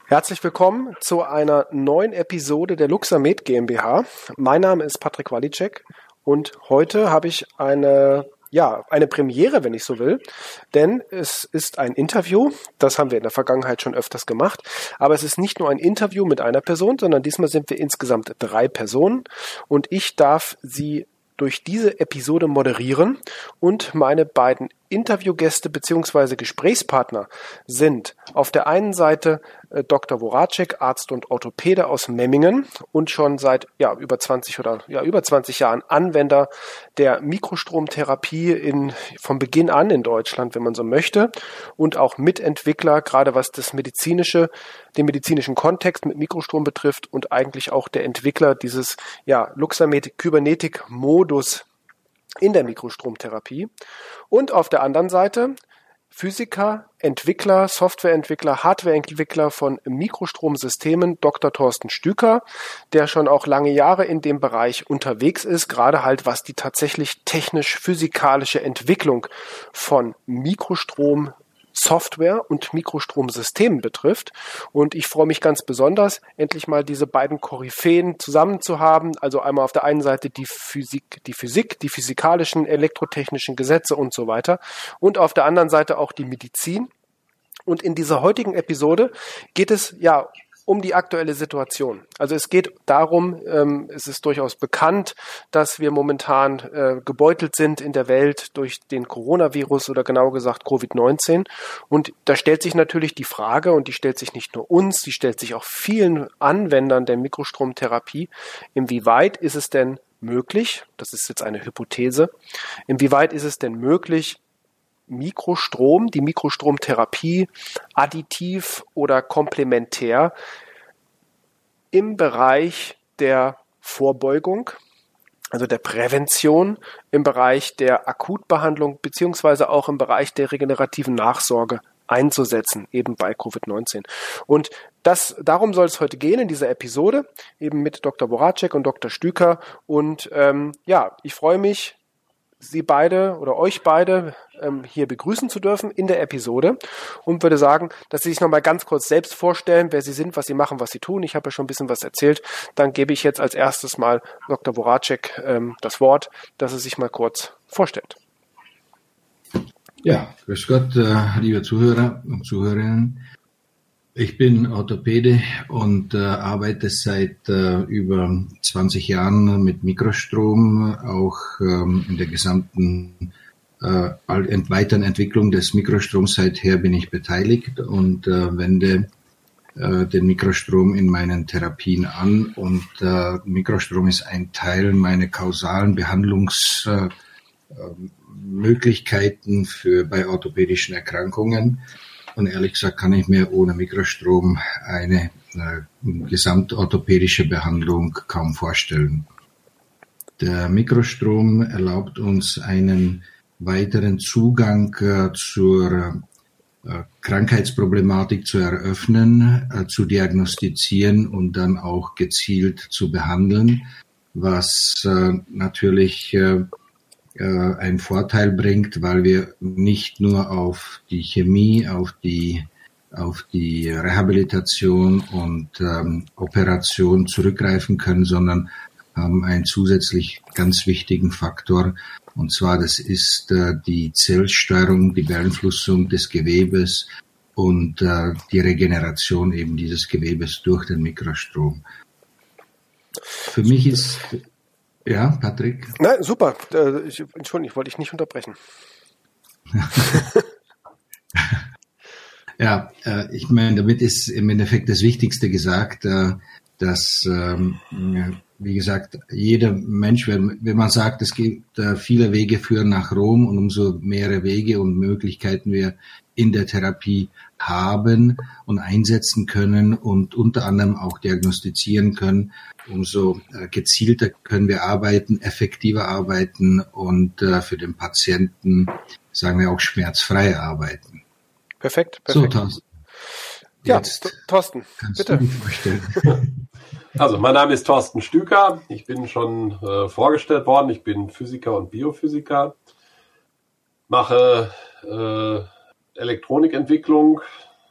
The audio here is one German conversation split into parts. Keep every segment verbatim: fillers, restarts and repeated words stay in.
Herzlich willkommen zu einer neuen Episode der Luxamed GmbH. Mein Name ist Patrick Walicek und heute habe ich eine, ja, eine Premiere, wenn ich so will, denn es ist ein Interview, das haben wir in der Vergangenheit schon öfters gemacht, aber es ist nicht nur ein Interview mit einer Person, sondern diesmal sind wir insgesamt drei Personen und ich darf sie durch diese Episode moderieren und meine beiden Interviewgäste bzw. Gesprächspartner sind auf der einen Seite äh, Doktor Woracek, Arzt und Orthopäde aus Memmingen und schon seit ja über zwanzig oder ja über zwanzig Jahren Anwender der Mikrostromtherapie in von Beginn an in Deutschland, wenn man so möchte, und auch Mitentwickler, gerade was das medizinische, den medizinischen Kontext mit Mikrostrom betrifft und eigentlich auch der Entwickler dieses ja Luxamed Kybernetik Modus in der Mikrostromtherapie. Und auf der anderen Seite Physiker, Entwickler, Softwareentwickler, Hardwareentwickler von Mikrostromsystemen, Doktor Thorsten Stüker, der schon auch lange Jahre in dem Bereich unterwegs ist, gerade halt was die tatsächlich technisch-physikalische Entwicklung von Mikrostrom Software und Mikrostromsystemen betrifft. Und ich freue mich ganz besonders, endlich mal diese beiden Koryphäen zusammen zu haben. Also einmal auf der einen Seite die Physik, die Physik, die physikalischen, elektrotechnischen Gesetze und so weiter. Und auf der anderen Seite auch die Medizin. Und in dieser heutigen Episode geht es ja um die aktuelle Situation. Also es geht darum, ähm, es ist durchaus bekannt, dass wir momentan äh, gebeutelt sind in der Welt durch den Coronavirus oder genauer gesagt Covid neunzehn. Und da stellt sich natürlich die Frage, und die stellt sich nicht nur uns, die stellt sich auch vielen Anwendern der Mikrostromtherapie, inwieweit ist es denn möglich, das ist jetzt eine Hypothese, inwieweit ist es denn möglich, Mikrostrom, die Mikrostromtherapie additiv oder komplementär im Bereich der Vorbeugung, also der Prävention, im Bereich der Akutbehandlung beziehungsweise auch im Bereich der regenerativen Nachsorge einzusetzen, eben bei Covid neunzehn. Und das, darum soll es heute gehen in dieser Episode, eben mit Doktor Woracek und Doktor Stüker. Und ähm, ja, ich freue mich, Sie beide oder euch beide ähm, hier begrüßen zu dürfen in der Episode und würde sagen, dass Sie sich nochmal ganz kurz selbst vorstellen, wer Sie sind, was Sie machen, was Sie tun. Ich habe ja schon ein bisschen was erzählt. Dann gebe ich jetzt als erstes mal Doktor Woracek ähm, das Wort, dass er sich mal kurz vorstellt. Ja, grüß Gott, äh, liebe Zuhörer und Zuhörerinnen. Ich bin Orthopäde und äh, arbeite seit äh, über zwanzig Jahren mit Mikrostrom, auch ähm, in der gesamten äh, weiteren Entwicklung des Mikrostroms. Seither bin ich beteiligt und äh, wende äh, den Mikrostrom in meinen Therapien an. Und äh, Mikrostrom ist ein Teil meiner kausalen Behandlungsmöglichkeiten äh, für bei orthopädischen Erkrankungen. Und ehrlich gesagt kann ich mir ohne Mikrostrom eine äh, gesamtorthopädische Behandlung kaum vorstellen. Der Mikrostrom erlaubt uns einen weiteren Zugang äh, zur äh, Krankheitsproblematik zu eröffnen, äh, zu diagnostizieren und dann auch gezielt zu behandeln, was äh, natürlich äh, einen Vorteil bringt, weil wir nicht nur auf die Chemie, auf die auf die Rehabilitation und ähm, Operation zurückgreifen können, sondern haben einen zusätzlich ganz wichtigen Faktor, und zwar das ist äh, die Zellsteuerung, die Beeinflussung des Gewebes und äh, die Regeneration eben dieses Gewebes durch den Mikrostrom. Für mich ist Ja, Patrick? Nein, super. Ich, Entschuldigung, ich wollte dich nicht unterbrechen. Ja, äh, ich meine, damit ist im Endeffekt das Wichtigste gesagt, äh, dass, ähm, wie gesagt, jeder Mensch, wenn, wenn man sagt, es gibt äh, viele Wege führen nach Rom und umso mehrere Wege und Möglichkeiten wir in der Therapie haben und einsetzen können und unter anderem auch diagnostizieren können, umso äh, gezielter können wir arbeiten, effektiver arbeiten und äh, für den Patienten, sagen wir auch, schmerzfrei arbeiten. Perfekt, perfekt. So, Thorsten. Ja, Jetzt Thorsten, kannst bitte. du dich vorstellen. Also, mein Name ist Thorsten Stüker. Ich bin schon äh, vorgestellt worden. Ich bin Physiker und Biophysiker. Mache äh, Elektronikentwicklung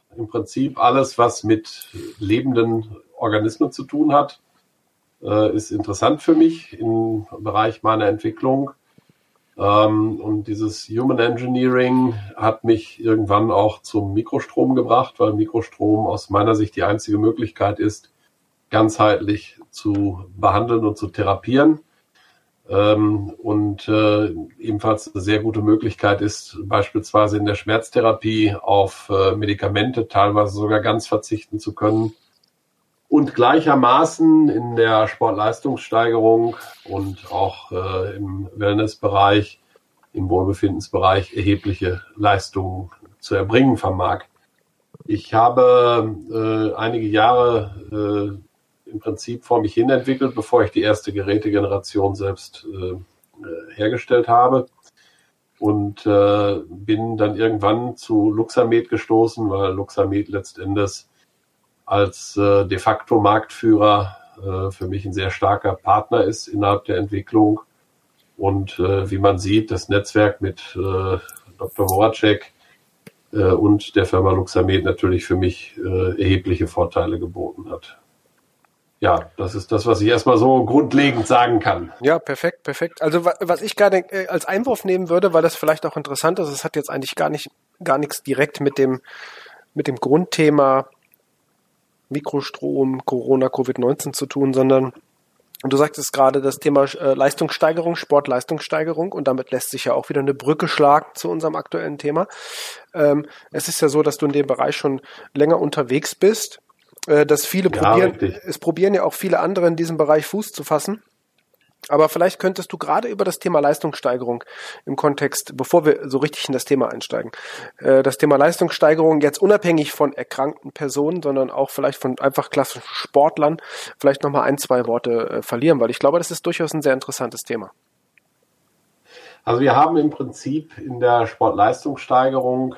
im Prinzip alles, was mit lebenden Organismen zu tun hat, äh, ist interessant für mich im Bereich meiner Entwicklung. Ähm, und dieses Human Engineering hat mich irgendwann auch zum Mikrostrom gebracht, weil Mikrostrom aus meiner Sicht die einzige Möglichkeit ist, ganzheitlich zu behandeln und zu therapieren. Ähm, und äh, ebenfalls eine sehr gute Möglichkeit ist, beispielsweise in der Schmerztherapie auf äh, Medikamente teilweise sogar ganz verzichten zu können. Und gleichermaßen in der Sportleistungssteigerung und auch äh, im Wellnessbereich, im Wohlbefindensbereich erhebliche Leistungen zu erbringen vermag. Ich habe äh, einige Jahre äh, im Prinzip vor mich hin entwickelt, bevor ich die erste Gerätegeneration selbst äh, hergestellt habe. Und äh, bin dann irgendwann zu Luxamed gestoßen, weil Luxamed letztendlich als äh, de facto Marktführer äh, für mich ein sehr starker Partner ist innerhalb der Entwicklung. Und äh, wie man sieht, das Netzwerk mit äh, Doktor Horacek äh, und der Firma Luxamed natürlich für mich äh, erhebliche Vorteile geboten hat. Ja, das ist das, was ich erstmal so grundlegend sagen kann. Ja, perfekt, perfekt. Also was ich gerade äh, als Einwurf nehmen würde, weil das vielleicht auch interessant ist, es hat jetzt eigentlich gar nicht gar nichts direkt mit dem mit dem Grundthema Mikrostrom, Corona, Covid neunzehn zu tun, sondern du sagtest gerade das Thema äh, Leistungssteigerung, Sportleistungssteigerung, und damit lässt sich ja auch wieder eine Brücke schlagen zu unserem aktuellen Thema. Ähm, es ist ja so, dass du in dem Bereich schon länger unterwegs bist. Dass viele ja, probieren, richtig. es probieren ja auch viele andere in diesem Bereich Fuß zu fassen. Aber vielleicht könntest du gerade über das Thema Leistungssteigerung im Kontext, bevor wir so richtig in das Thema einsteigen, das Thema Leistungssteigerung jetzt unabhängig von erkrankten Personen, sondern auch vielleicht von einfach klassischen Sportlern, vielleicht nochmal ein, zwei Worte verlieren, weil ich glaube, das ist durchaus ein sehr interessantes Thema. Also wir haben im Prinzip in der Sportleistungssteigerung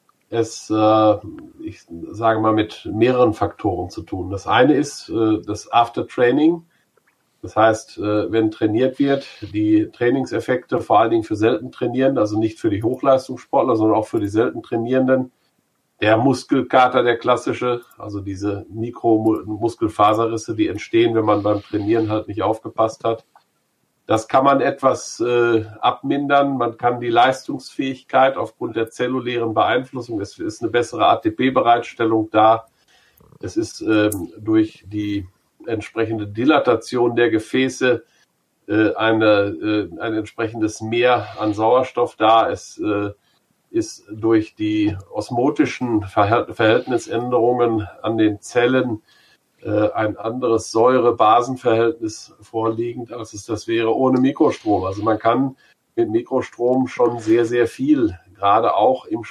es, äh, ich sage mal, mit mehreren Faktoren zu tun. Das eine ist äh, das After-Training. Das heißt, äh, wenn trainiert wird, die Trainingseffekte vor allen Dingen für selten Trainierende, also nicht für die Hochleistungssportler, sondern auch für die selten Trainierenden. Der Muskelkater, der klassische, also diese Mikromuskelfaserrisse, die entstehen, wenn man beim Trainieren halt nicht aufgepasst hat. Das kann man etwas äh, abmindern. Man kann die Leistungsfähigkeit aufgrund der zellulären Beeinflussung, es ist eine bessere A T P-Bereitstellung da. Es ist ähm, durch die entsprechende Dilatation der Gefäße äh, eine, äh, ein entsprechendes Mehr an Sauerstoff da. Es äh, ist durch die osmotischen Verhält- Verhältnisänderungen an den Zellen ein anderes Säure-Basen-Verhältnis vorliegend, als es das wäre ohne Mikrostrom. Also man kann mit Mikrostrom schon sehr, sehr viel, gerade auch im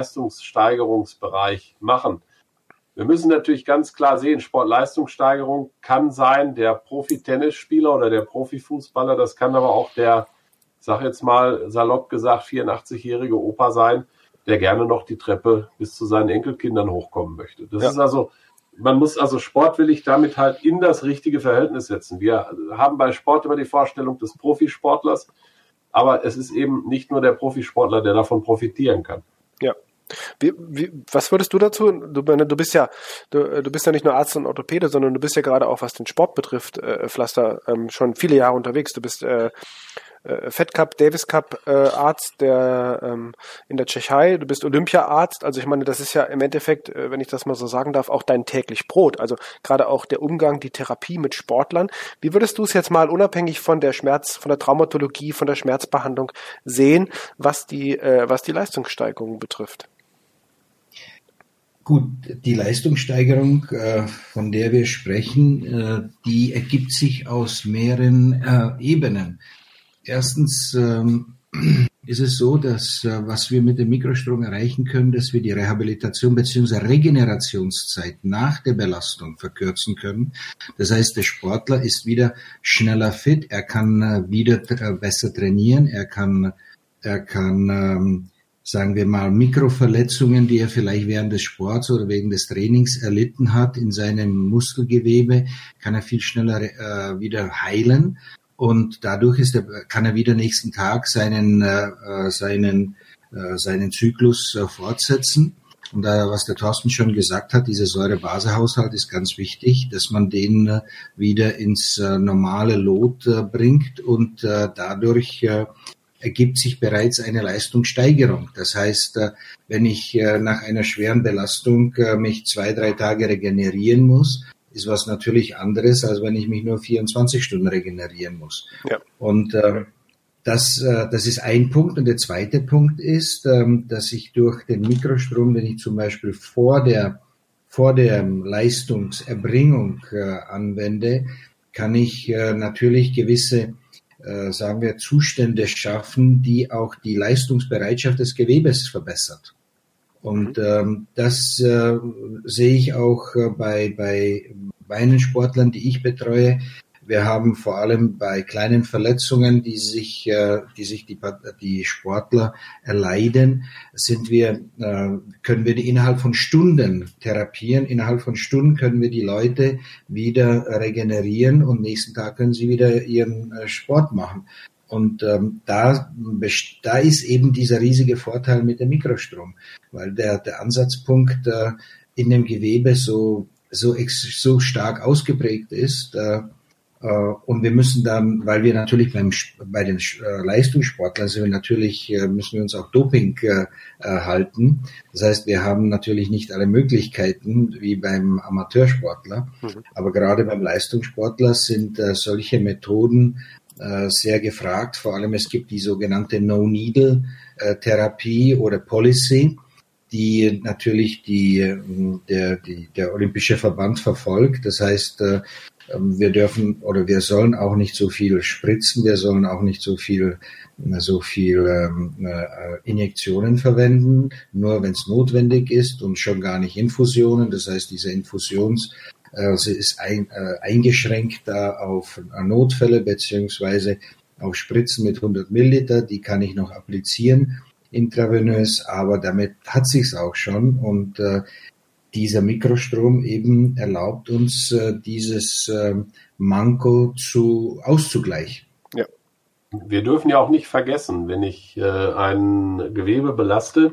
Sportleistungssteigerungsbereich machen. Wir müssen natürlich ganz klar sehen, Sportleistungssteigerung kann sein der Profi-Tennisspieler oder der Profifußballer, das kann aber auch der, ich sag jetzt mal salopp gesagt, vierundachtzigjährige Opa sein, der gerne noch die Treppe bis zu seinen Enkelkindern hochkommen möchte. Das ja. ist also Man muss also sportwillig damit halt in das richtige Verhältnis setzen. Wir haben bei Sport immer die Vorstellung des Profisportlers, aber es ist eben nicht nur der Profisportler, der davon profitieren kann. Ja. Wie, wie, was würdest du dazu? Du, du bist ja, du, du bist ja nicht nur Arzt und Orthopäde, sondern du bist ja gerade auch, was den Sport betrifft, äh, Pflaster, ähm, schon viele Jahre unterwegs. Du bist äh, Fed Cup, Davis Cup äh, Arzt der ähm, in der Tschechei, du bist Olympia-Arzt, also ich meine, das ist ja im Endeffekt, äh, wenn ich das mal so sagen darf, auch dein täglich Brot, also gerade auch der Umgang, die Therapie mit Sportlern. Wie würdest du es jetzt mal unabhängig von der Schmerz, von der Traumatologie, von der Schmerzbehandlung sehen, was die, äh, was die Leistungssteigerung betrifft? Gut, die Leistungssteigerung, äh, von der wir sprechen, äh, die ergibt sich aus mehreren äh, Ebenen. Erstens ähm, ist es so, dass äh, was wir mit dem Mikrostrom erreichen können, dass wir die Rehabilitation bzw. Regenerationszeit nach der Belastung verkürzen können. Das heißt, der Sportler ist wieder schneller fit, er kann äh, wieder äh, besser trainieren, er kann, er kann ähm, sagen wir mal, Mikroverletzungen, die er vielleicht während des Sports oder wegen des Trainings erlitten hat in seinem Muskelgewebe, kann er viel schneller äh, wieder heilen. Und dadurch ist er, kann er wieder nächsten Tag seinen, äh, seinen, äh, seinen Zyklus äh, fortsetzen. Und äh, was der Thorsten schon gesagt hat, dieser Säure-Base-Haushalt ist ganz wichtig, dass man den äh, wieder ins äh, normale Lot äh, bringt und äh, dadurch äh, ergibt sich bereits eine Leistungssteigerung. Das heißt, äh, wenn ich äh, nach einer schweren Belastung äh, mich zwei, drei Tage regenerieren muss, ist was natürlich anderes, als wenn ich mich nur vierundzwanzig Stunden regenerieren muss. Ja. Und äh, Das, das ist ein Punkt. Und der zweite Punkt ist, dass ich durch den Mikrostrom, den ich zum Beispiel vor der, vor der Leistungserbringung anwende, kann ich natürlich gewisse, sagen wir, Zustände schaffen, die auch die Leistungsbereitschaft des Gewebes verbessert. Und das sehe ich auch bei, bei meinen Sportlern, die ich betreue. Wir haben vor allem bei kleinen Verletzungen, die sich, die sich die, die Sportler erleiden, sind wir, können wir die innerhalb von Stunden therapieren. Innerhalb von Stunden können wir die Leute wieder regenerieren und nächsten Tag können sie wieder ihren Sport machen. Und ähm, da, da ist eben dieser riesige Vorteil mit dem Mikrostrom, weil der, der Ansatzpunkt äh, in dem Gewebe so, so, so stark ausgeprägt ist. Äh, Und wir müssen dann, weil wir natürlich beim, bei den Leistungssportlern sind wir natürlich, müssen wir uns auch Doping äh, halten. Das heißt, wir haben natürlich nicht alle Möglichkeiten wie beim Amateursportler. Mhm. Aber gerade beim Leistungssportler sind äh, solche Methoden äh, sehr gefragt. Vor allem es gibt die sogenannte No-Needle-Therapie oder Policy, die natürlich die, der, die, der Olympische Verband verfolgt. Das heißt, äh, wir dürfen oder wir sollen auch nicht so viel spritzen, wir sollen auch nicht so viel so viel ähm, äh, Injektionen verwenden, nur wenn es notwendig ist und schon gar nicht Infusionen. Das heißt, diese Infusions äh, sie ist ein, äh, eingeschränkt da auf Notfälle beziehungsweise auf Spritzen mit hundert Milliliter, die kann ich noch applizieren intravenös, aber damit hat sich's auch schon und äh, dieser Mikrostrom eben erlaubt uns, äh, dieses äh, Manko zu auszugleichen. Ja. Wir dürfen ja auch nicht vergessen, wenn ich äh, ein Gewebe belaste,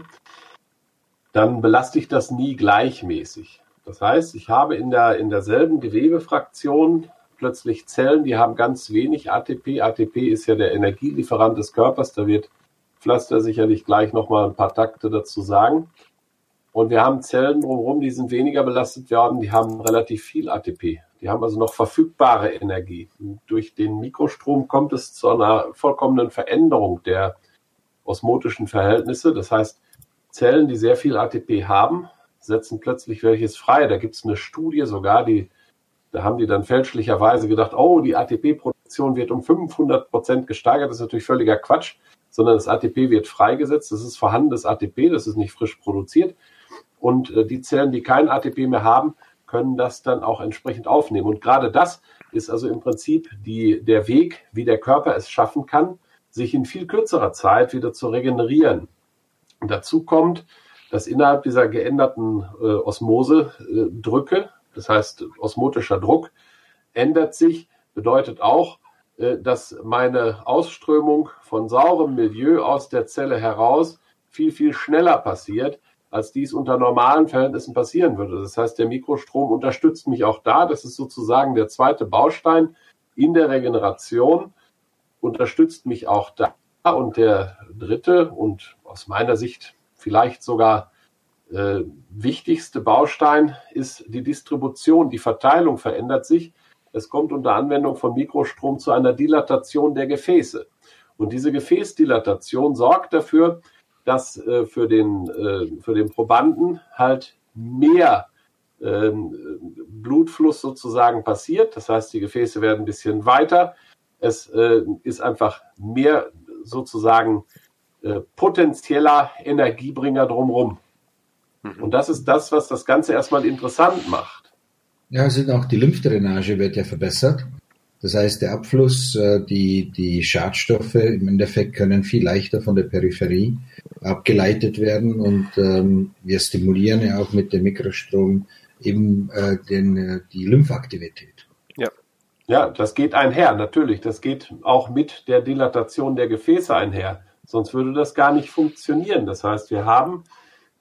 dann belaste ich das nie gleichmäßig. Das heißt, ich habe in der in derselben Gewebefraktion plötzlich Zellen, die haben ganz wenig A T P. A T P ist ja der Energielieferant des Körpers. Da wird Pflaster sicherlich gleich nochmal ein paar Takte dazu sagen. Und wir haben Zellen drumherum, die sind weniger belastet worden, die haben relativ viel A T P. Die haben also noch verfügbare Energie. Und durch den Mikrostrom kommt es zu einer vollkommenen Veränderung der osmotischen Verhältnisse. Das heißt, Zellen, die sehr viel A T P haben, setzen plötzlich welches frei. Da gibt es eine Studie sogar, die, da haben die dann fälschlicherweise gedacht, oh, die A T P-Produktion wird um fünfhundert Prozent gesteigert. Das ist natürlich völliger Quatsch, sondern das A T P wird freigesetzt. Das ist vorhandenes A T P, das ist nicht frisch produziert. Und äh, die Zellen, die kein A T P mehr haben, können das dann auch entsprechend aufnehmen. Und gerade das ist also im Prinzip die, der Weg, wie der Körper es schaffen kann, sich in viel kürzerer Zeit wieder zu regenerieren. Und dazu kommt, dass innerhalb dieser geänderten äh, Osmose-Drücke, äh, das heißt osmotischer Druck, ändert sich, bedeutet auch, äh, dass meine Ausströmung von saurem Milieu aus der Zelle heraus viel, viel schneller passiert, als dies unter normalen Verhältnissen passieren würde. Das heißt, der Mikrostrom unterstützt mich auch da. Das ist sozusagen der zweite Baustein in der Regeneration, unterstützt mich auch da. Und der dritte und aus meiner Sicht vielleicht sogar äh, wichtigste Baustein ist die Distribution. Die Verteilung verändert sich. Es kommt unter Anwendung von Mikrostrom zu einer Dilatation der Gefäße. Und diese Gefäßdilatation sorgt dafür, dass äh, für den äh, für den Probanden halt mehr äh, Blutfluss sozusagen passiert. Das heißt, die Gefäße werden ein bisschen weiter. Es äh, ist einfach mehr sozusagen äh, potenzieller Energiebringer drumherum. Mhm. Und das ist das, was das Ganze erstmal interessant macht. Ja, also auch die Lymphdrainage wird ja verbessert. Das heißt, der Abfluss, die, die Schadstoffe im Endeffekt können viel leichter von der Peripherie abgeleitet werden und ähm, wir stimulieren ja auch mit dem Mikrostrom eben äh, den, die Lymphaktivität. Ja. Ja, das geht einher, natürlich. Das geht auch mit der Dilatation der Gefäße einher. Sonst würde das gar nicht funktionieren. Das heißt, wir haben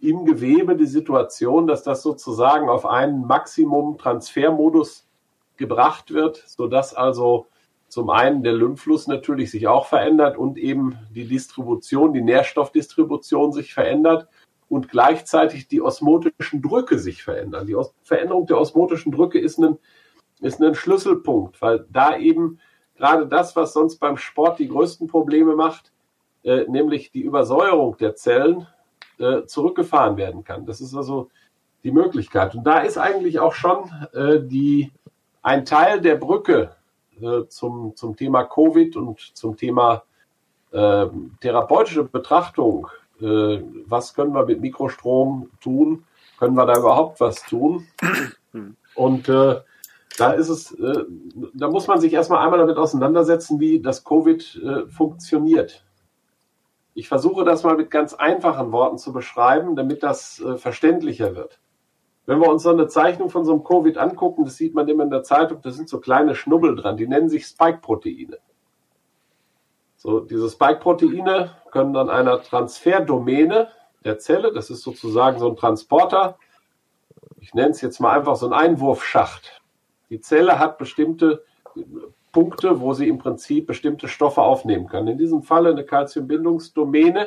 im Gewebe die Situation, dass das sozusagen auf einen Maximum-Transfermodus gebracht wird, sodass also zum einen der Lymphfluss natürlich sich auch verändert und eben die Distribution, die Nährstoffdistribution sich verändert und gleichzeitig die osmotischen Drücke sich verändern. Die Os- Veränderung der osmotischen Drücke ist ein, ist ein Schlüsselpunkt, weil da eben gerade das, was sonst beim Sport die größten Probleme macht, äh, nämlich die Übersäuerung der Zellen, äh, zurückgefahren werden kann. Das ist also die Möglichkeit. Und da ist eigentlich auch schon äh, die, ein Teil der Brücke äh, zum, zum Thema Covid und zum Thema äh, therapeutische Betrachtung. Äh, was können wir mit Mikrostrom tun? Können wir da überhaupt was tun? Und äh, da ist es, äh, da muss man sich erstmal einmal damit auseinandersetzen, wie das Covid äh, funktioniert. Ich versuche das mal mit ganz einfachen Worten zu beschreiben, damit das äh, verständlicher wird. Wenn wir uns so eine Zeichnung von so einem Covid angucken, das sieht man immer in der Zeitung, da sind so kleine Schnubbel dran, die nennen sich Spike-Proteine. So, diese Spike-Proteine können an einer Transferdomäne der Zelle, das ist sozusagen so ein Transporter, ich nenne es jetzt mal einfach so ein Einwurfschacht. Die Zelle hat bestimmte Punkte, wo sie im Prinzip bestimmte Stoffe aufnehmen kann. In diesem Falle eine Calciumbindungsdomäne.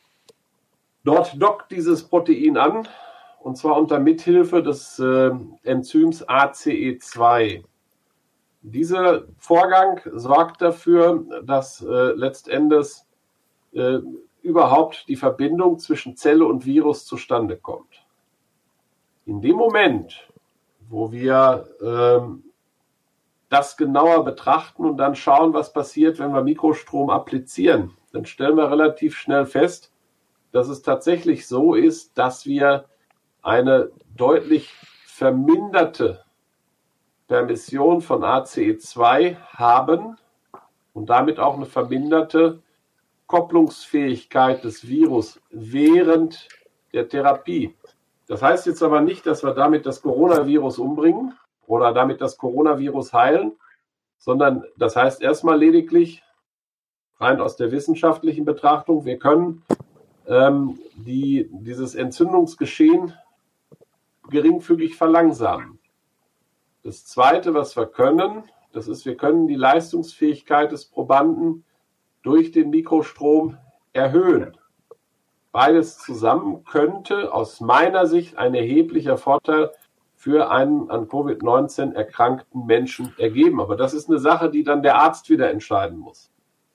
Dort dockt dieses Protein an, und zwar unter Mithilfe des äh, Enzyms A C E zwei. Dieser Vorgang sorgt dafür, dass äh, letztendlich äh, überhaupt die Verbindung zwischen Zelle und Virus zustande kommt. In dem Moment, wo wir äh, das genauer betrachten und dann schauen, was passiert, wenn wir Mikrostrom applizieren, dann stellen wir relativ schnell fest, dass es tatsächlich so ist, dass wir eine deutlich verminderte Permission von A C E zwei haben und damit auch eine verminderte Kopplungsfähigkeit des Virus während der Therapie. Das heißt jetzt aber nicht, dass wir damit das Coronavirus umbringen oder damit das Coronavirus heilen, sondern das heißt erstmal lediglich, rein aus der wissenschaftlichen Betrachtung, wir können ähm, die, dieses Entzündungsgeschehen geringfügig verlangsamen. Das Zweite, was wir können, das ist, wir können die Leistungsfähigkeit des Probanden durch den Mikrostrom erhöhen. Beides zusammen könnte aus meiner Sicht ein erheblicher Vorteil für einen an Covid neunzehn erkrankten Menschen ergeben. Aber das ist eine Sache, die dann der Arzt wieder entscheiden muss.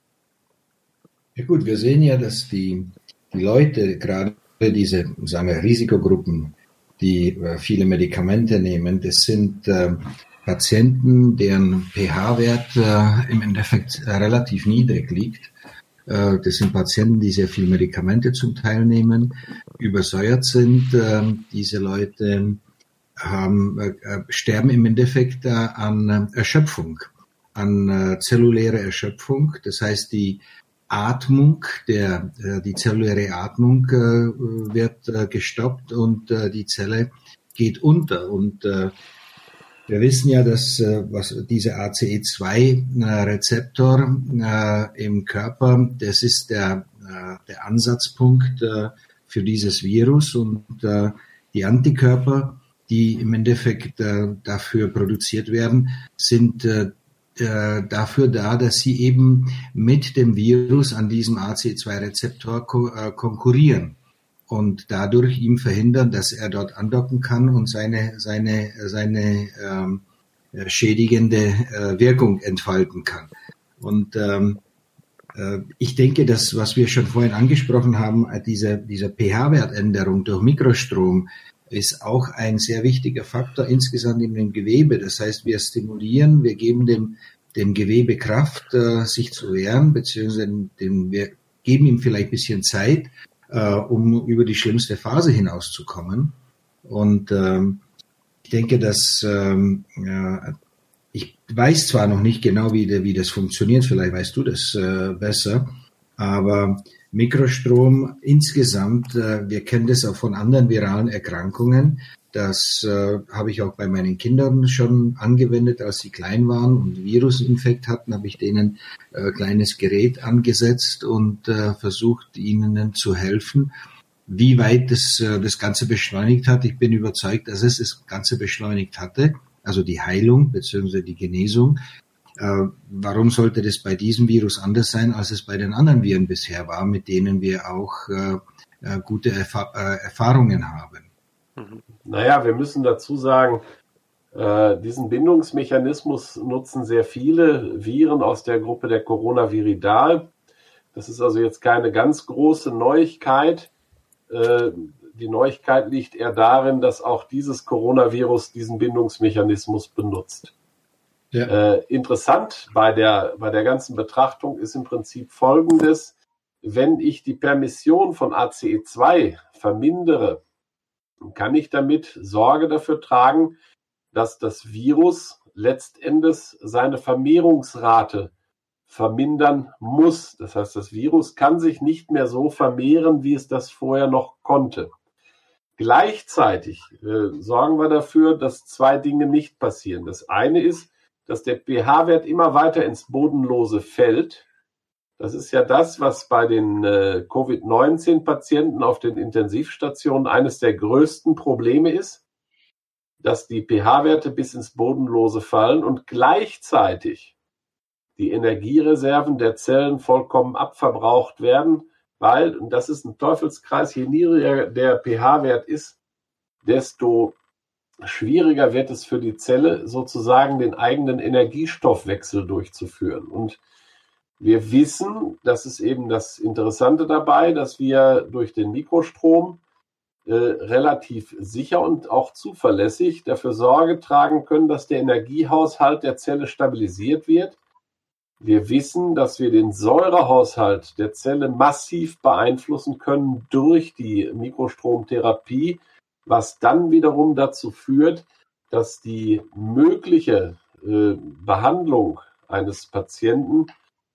Ja gut, wir sehen ja, dass die, die Leute, gerade diese, sagen wir, Risikogruppen, die äh, viele Medikamente nehmen, das sind äh, Patienten, deren pH-Wert äh, im Endeffekt äh, relativ niedrig liegt. Äh, das sind Patienten, die sehr viele Medikamente zum Teil nehmen, übersäuert sind. Äh, diese Leute haben, äh, sterben im Endeffekt äh, an äh, Erschöpfung, an äh, zelluläre Erschöpfung. Das heißt, die Atmung, der, äh, die zelluläre Atmung äh, wird äh, gestoppt und äh, die Zelle geht unter. Und äh, wir wissen ja, dass äh, was diese A C E zwei Rezeptor äh, im Körper, das ist der, äh, der Ansatzpunkt äh, für dieses Virus, und äh, die Antikörper, die im Endeffekt äh, dafür produziert werden, sind äh, dafür da, dass sie eben mit dem Virus an diesem A C E zwei Rezeptor ko- äh, konkurrieren und dadurch ihm verhindern, dass er dort andocken kann und seine seine seine ähm, schädigende äh, Wirkung entfalten kann. Und ähm, äh, ich denke, dass, was wir schon vorhin angesprochen haben, diese diese pH-Wertänderung durch Mikrostrom ist auch ein sehr wichtiger Faktor insgesamt in dem Gewebe. Das heißt, wir stimulieren, wir geben dem, dem Gewebe Kraft, äh, sich zu wehren, beziehungsweise dem, wir geben ihm vielleicht ein bisschen Zeit, äh, um über die schlimmste Phase hinauszukommen. Und ähm, ich denke, dass ähm, äh, ich weiß zwar noch nicht genau, wie, wie das funktioniert, vielleicht weißt du das äh, besser, aber Mikrostrom insgesamt, äh, wir kennen das auch von anderen viralen Erkrankungen. Das äh, habe ich auch bei meinen Kindern schon angewendet, als sie klein waren und Virusinfekt hatten, habe ich denen ein äh, kleines Gerät angesetzt und äh, versucht, ihnen zu helfen. Wie weit das, das Ganze beschleunigt hat, ich bin überzeugt, dass es das Ganze beschleunigt hatte, also die Heilung bzw. die Genesung. Äh, warum sollte das bei diesem Virus anders sein, als es bei den anderen Viren bisher war, mit denen wir auch äh, äh, gute Erfa- äh, Erfahrungen haben? Naja, wir müssen dazu sagen, äh, diesen Bindungsmechanismus nutzen sehr viele Viren aus der Gruppe der Coronaviridae. Das ist also jetzt keine ganz große Neuigkeit. Äh, die Neuigkeit liegt eher darin, dass auch dieses Coronavirus diesen Bindungsmechanismus benutzt. Ja. Äh, interessant bei der, bei der ganzen Betrachtung ist im Prinzip Folgendes: Wenn ich die Permission von A C E zwei vermindere, kann ich damit Sorge dafür tragen, dass das Virus letztendlich seine Vermehrungsrate vermindern muss. Das heißt, das Virus kann sich nicht mehr so vermehren, wie es das vorher noch konnte. Gleichzeitig äh, sorgen wir dafür, dass zwei Dinge nicht passieren. Das eine ist, dass der pH-Wert immer weiter ins Bodenlose fällt. Das ist ja das, was bei den äh, Covid neunzehn Patienten auf den Intensivstationen eines der größten Probleme ist, dass die pH-Werte bis ins Bodenlose fallen und gleichzeitig die Energiereserven der Zellen vollkommen abverbraucht werden, weil, und das ist ein Teufelskreis, je niedriger der pH-Wert ist, desto schwieriger wird es für die Zelle, sozusagen den eigenen Energiestoffwechsel durchzuführen. Und wir wissen, das ist eben das Interessante dabei, dass wir durch den Mikrostrom äh, relativ sicher und auch zuverlässig dafür Sorge tragen können, dass der Energiehaushalt der Zelle stabilisiert wird. Wir wissen, dass wir den Säurehaushalt der Zelle massiv beeinflussen können durch die Mikrostromtherapie, was dann wiederum dazu führt, dass die mögliche äh, Behandlung eines Patienten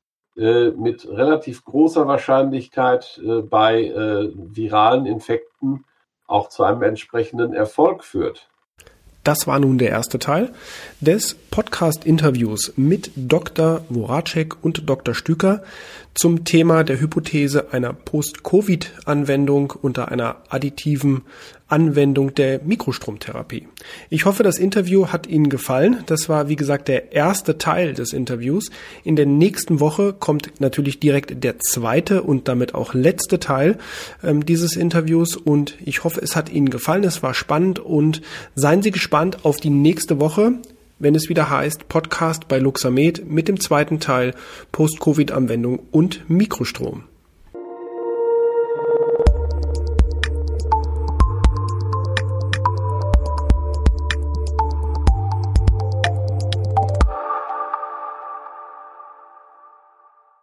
äh, mit relativ großer Wahrscheinlichkeit äh, bei äh, viralen Infekten auch zu einem entsprechenden Erfolg führt. Das war nun der erste Teil des Podcast-Interviews mit Doktor Voracek und Doktor Stüker zum Thema der Hypothese einer Post-Covid-Anwendung unter einer additiven Anwendung der Mikrostromtherapie. Ich hoffe, das Interview hat Ihnen gefallen. Das war, wie gesagt, der erste Teil des Interviews. In der nächsten Woche kommt natürlich direkt der zweite und damit auch letzte Teil ähm, dieses Interviews. Und ich hoffe, es hat Ihnen gefallen. Es war spannend und seien Sie gespannt auf die nächste Woche, wenn es wieder heißt Podcast bei Luxamed mit dem zweiten Teil Post-Covid-Anwendung und Mikrostrom.